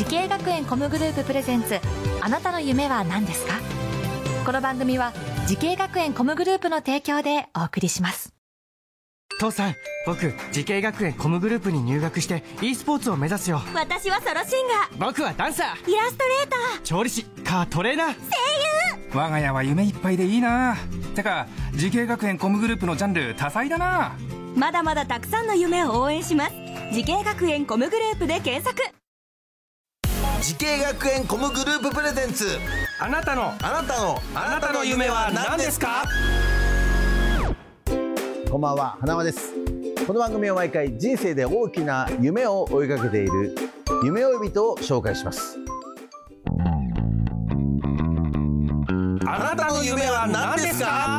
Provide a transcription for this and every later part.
時系学園コムグループプレゼンツ、あなたの夢は何ですか？この番組は時系学園コムグループの提供でお送りします。 父さん、僕時系学園コムグループに入学して e スポーツを目指すよ。 私はソロシンガー、 僕はダンサー、 イラストレーター、 調理師、カートレーナー、声優。我が家は夢いっぱいでいいな。てか時系学園コムグループのジャンル多彩だな。 まだまだたくさんの夢を応援します。時系学園コムグループで検索。 時系学園コムグループプレゼンツ、 あなたの夢は何ですか？ こんばんは、花輪です。この番組は毎回人生で大きな夢を追いかけている夢追い人を紹介します。 あなたの夢は何ですか？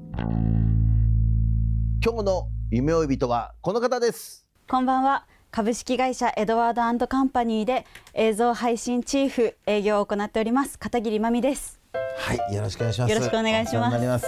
今日の夢追い人はこの方です。 こんばんは。株式会社エドワード&カンパニーで映像配信チーフ営業を行っております片桐真美です。 はい、よろしくお願いします。 よろしくお願いします。 お世話になります。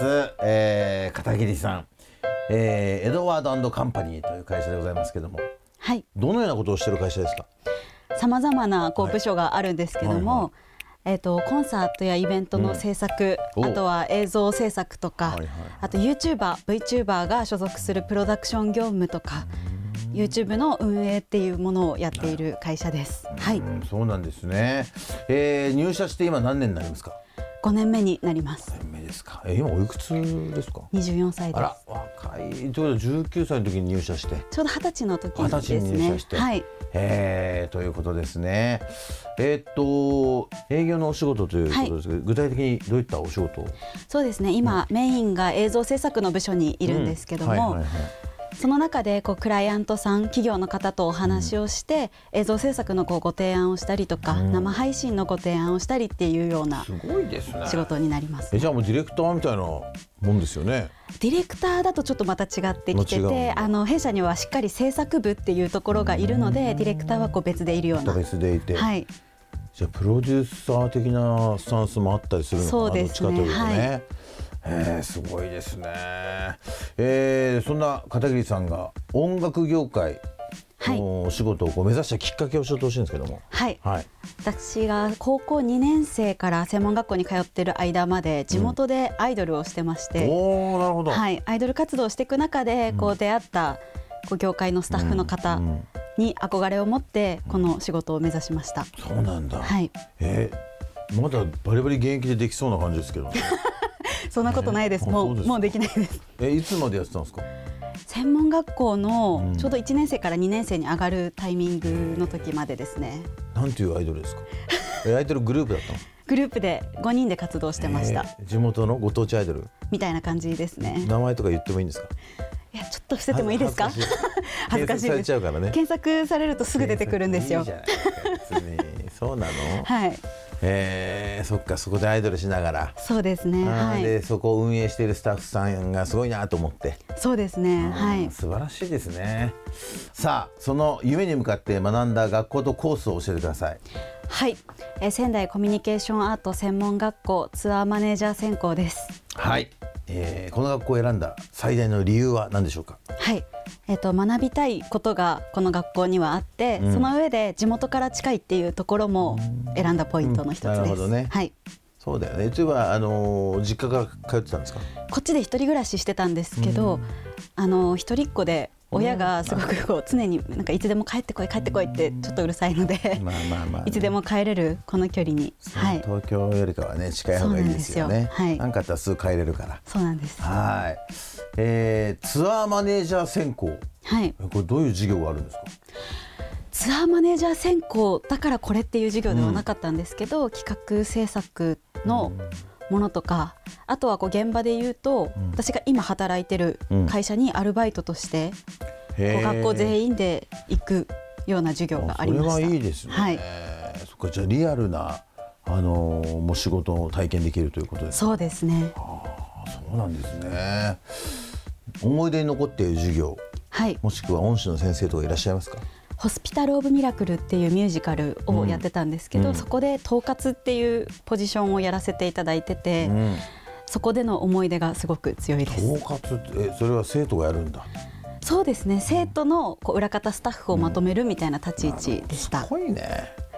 片桐さん、エドワード&カンパニーという会社でございますけども、 はい、 どのようなことをしている会社ですか？ さまざまな部署があるんですけども、コンサートやイベントの制作、あとは映像制作とか、あと YouTuber、VTuber が所属するプロダクション業務とか、YouTube の運営っていうものをやっている会社です。はい、 そうなんですね。入社して今何年になりますか ？5年目になります。 5年目ですか。今おいくつですか ？24歳です。 あら、若い。ということで19歳の時に入社して、 ちょうど20歳の時ですね。 20歳に入社して、 はい、 ということですね。営業のお仕事ということですけど、具体的にどういったお仕事を？ そうですね、今、メインが映像制作の部署にいるんですけども、その中でクライアントさん、企業の方とお話をして、映像制作のご提案をしたりとか、生配信のご提案をしたりっていうような仕事になります。 じゃあもうディレクターみたいなもんですよね。 ディレクターだとちょっとまた違ってきてて、弊社にはしっかり制作部っていうところがいるので、ディレクターは別でいるような。 別でいて、 はい、 じゃあプロデューサー的なスタンスもあったりするのかな。 そうですね、 どっちかというとね、 はい、 すごいですね。そんな片桐さんが音楽業界のお仕事を目指したきっかけを教えてほしいんですけども。 はい、私が高校2年生から専門学校に通っている間まで地元でアイドルをしてまして、 なるほど。 はい、アイドル活動をしていく中で出会った業界のスタッフの方に憧れを持ってこの仕事を目指しました。 そうなんだ。 はい、 まだバリバリ現役でできそうな感じですけどね。 そんなことないです。もうできないです。 いつまでやってたんですか？ 専門学校のちょうど1年生から2年生に上がるタイミングの時までですね。 なんていうアイドルですか？アイドルグループだったの？ グループで5人で活動してました。 地元のご当地アイドルみたいな感じですね。 名前とか言ってもいいんですか？ いや、ちょっと伏せてもいいですか？恥ずかしいです。 検索されちゃうからね。 検索されるとすぐ出てくるんですよ。 いいじゃないですか、別に。そうなの？ はい。 そっか、そこでアイドルしながら。 そうですね、はい、 でそこを運営しているスタッフさんがすごいなと思って。 そうですね、はい、 素晴らしいですね。さあ、その夢に向かって学んだ学校とコースを教えてください。 はい、仙台コミュニケーションアート専門学校ツアーマネージャー専攻です。 はい、この学校を選んだ最大の理由は何でしょうか？ はい、学びたいことがこの学校にはあって、その上で地元から近いっていうところも選んだポイントの一つです。 なるほどね。 はい、 そうだよね。例えば実家から通ってたんですか？ こっちで一人暮らししてたんですけど、一人っ子で親がすごく常にいつでも帰ってこいってちょっとうるさいので、いつでも帰れるこの距離に、はい、 東京よりかはね近い方がいいですよね。なんかあったらすぐ帰れるから。 そうなんです。 はい、ツアーマネージャー専攻、 はい、 これどういう授業があるんですか？ ツアーマネージャー専攻だからこれっていう授業ではなかったんですけど、企画制作のものとか、あとは現場で言うと、私が今働いてる会社にアルバイトとして、学校全員で行くような授業がありました。 それはいいですね。はい、そっか、じゃあリアルなもう仕事を体験できるということですか？ そうですね。 そうなんですね。思い出に残っている授業、 はい、 もしくは恩師の先生とかいらっしゃいますか？ ホスピタル・オブ・ミラクルっていうミュージカルをやってたんですけど、そこで統括っていうポジションをやらせていただいてて、そこでの思い出がすごく強いです。 統括ってそれは生徒がやるんだ？ そうですね、生徒の裏方スタッフをまとめるみたいな立ち位置でした。 すごいね。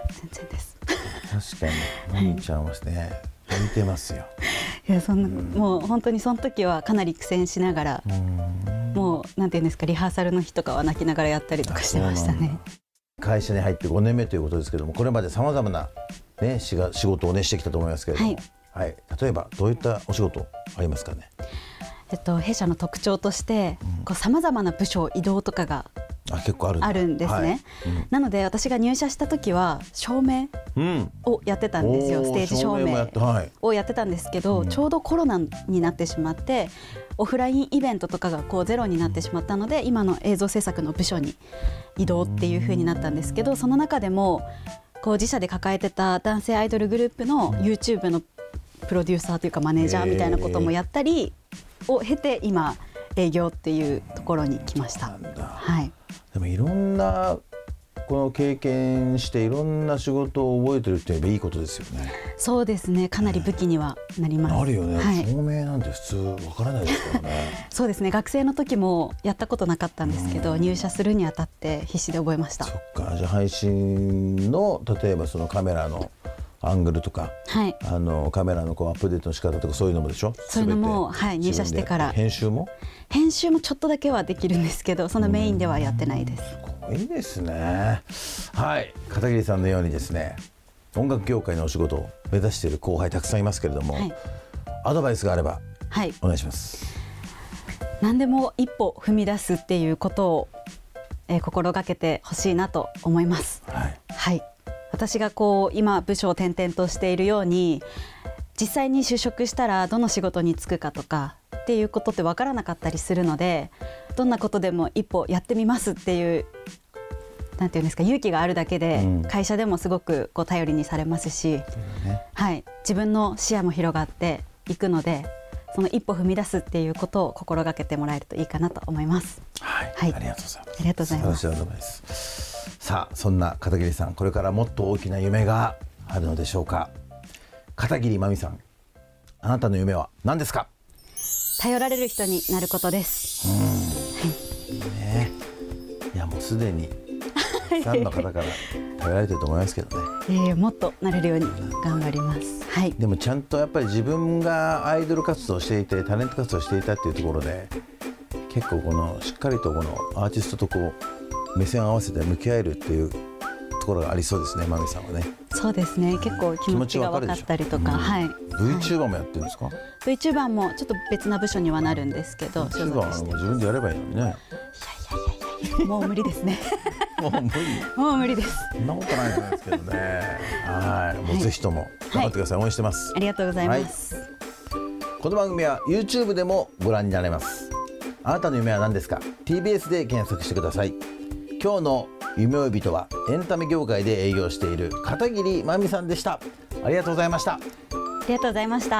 全然です。 確かにまみちゃんはね似てますよ。 いやそんな、もう本当にその時はかなり苦戦しながら、もうなんていうんですか、リハーサルの日とかは泣きながらやったりとかしてましたね。 会社に入って5年目ということですけども、これまでさまざまな、ね、仕事を、ね、してきたと思いますけれども、はい、例えばどういったお仕事ありますかね。 弊社の特徴としてさまざまな部署移動とかが結構あるんですね、はい。なので私が入社した時は照明をやってたんですよ。ステージ照明をやってたんですけど、ちょうどコロナになってしまってオフラインイベントとかがゼロになってしまったので、今の映像制作の部署に移動っていう風になったんですけど、その中でも自社で抱えてた男性アイドルグループの YouTube のプロデューサーというかマネージャーみたいなこともやったりを経て、今営業っていうところに来ました。はい、 でもいろんなこの経験していろんな仕事を覚えてるって言えばいいことですよね。 そうですね、かなり武器にはなります。 あるよね、 はい、 照明なんて普通わからないですからね。 そうですね、学生の時もやったことなかったんですけど、入社するにあたって必死で覚えました。 そっか、じゃあ配信の例えばそのカメラのアングルとか、はい、カメラのアップデートの仕方とかそういうのもでしょ。 そういうのも、はい、入社してから。 編集もちょっとだけはできるんですけど、そのメインではやってないです。 すごいですね。はい、片桐さんのようにですね、音楽業界のお仕事を目指している後輩たくさんいますけれども、はい、アドバイスがあれば、はい、お願いします。 何でも一歩踏み出すっていうことを、心がけてほしいなと思います。はい、はい、私が今部署を転々としているように、実際に就職したらどの仕事に就くかとかっていうことって分からなかったりするので、どんなことでも一歩やってみますっていう、なんていうんですか、勇気があるだけで会社でもすごく頼りにされますし、はい、自分の視野も広がっていくので、その一歩踏み出すっていうことを心がけてもらえるといいかなと思います。 はい、はい、ありがとうございます。 ありがとうございます。 素晴らしいアドバイス。さあ、そんな片桐さん、これからもっと大きな夢があるのでしょうか。片桐真美さん、あなたの夢は何ですか。 頼られる人になることです。 ね、いやもうすでにたくさんの方から頼られてると思いますけどね。 もっとなれるように頑張ります。はい、 でもちゃんとやっぱり自分がアイドル活動をしていて、タレント活動をしていたっていうところで、結構しっかりとアーティストと目線を合わせて向き合えるっていうところがありそうですね、まみさんはね。 そうですね、結構気持ちが分かったりとか、はい、 VTuber もやってるんですか。 VTuber もちょっと別な部署にはなるんですけど、 VTuber は自分でやればいいのにね。 いやもう無理ですね。 もう無理です。そんなことないと思いますけどね。はい、もうぜひとも頑張ってください。応援してます。 ありがとうございます。 この番組は YouTube でもご覧になれます。あなたの夢は何ですか。 TBS で検索してください。今日の夢追い人はエンタメ業界で営業している片桐真美さんでした。ありがとうございました。 ありがとうございました。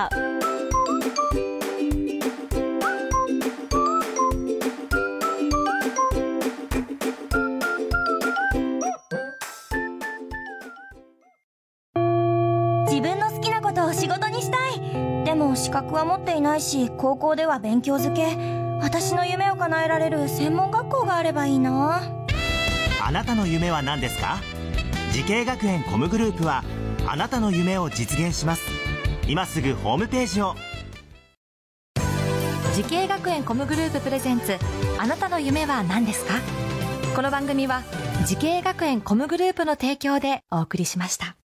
自分の好きなことを仕事にしたい。でも資格は持っていないし、高校では勉強づけ。私の夢を叶えられる専門学校があればいいな。 あなたの夢は何ですか。時系学園コムグループはあなたの夢を実現します。今すぐホームページを。 時系学園コムグループプレゼンツ、あなたの夢は何ですか。この番組は時系学園コムグループの提供でお送りしました。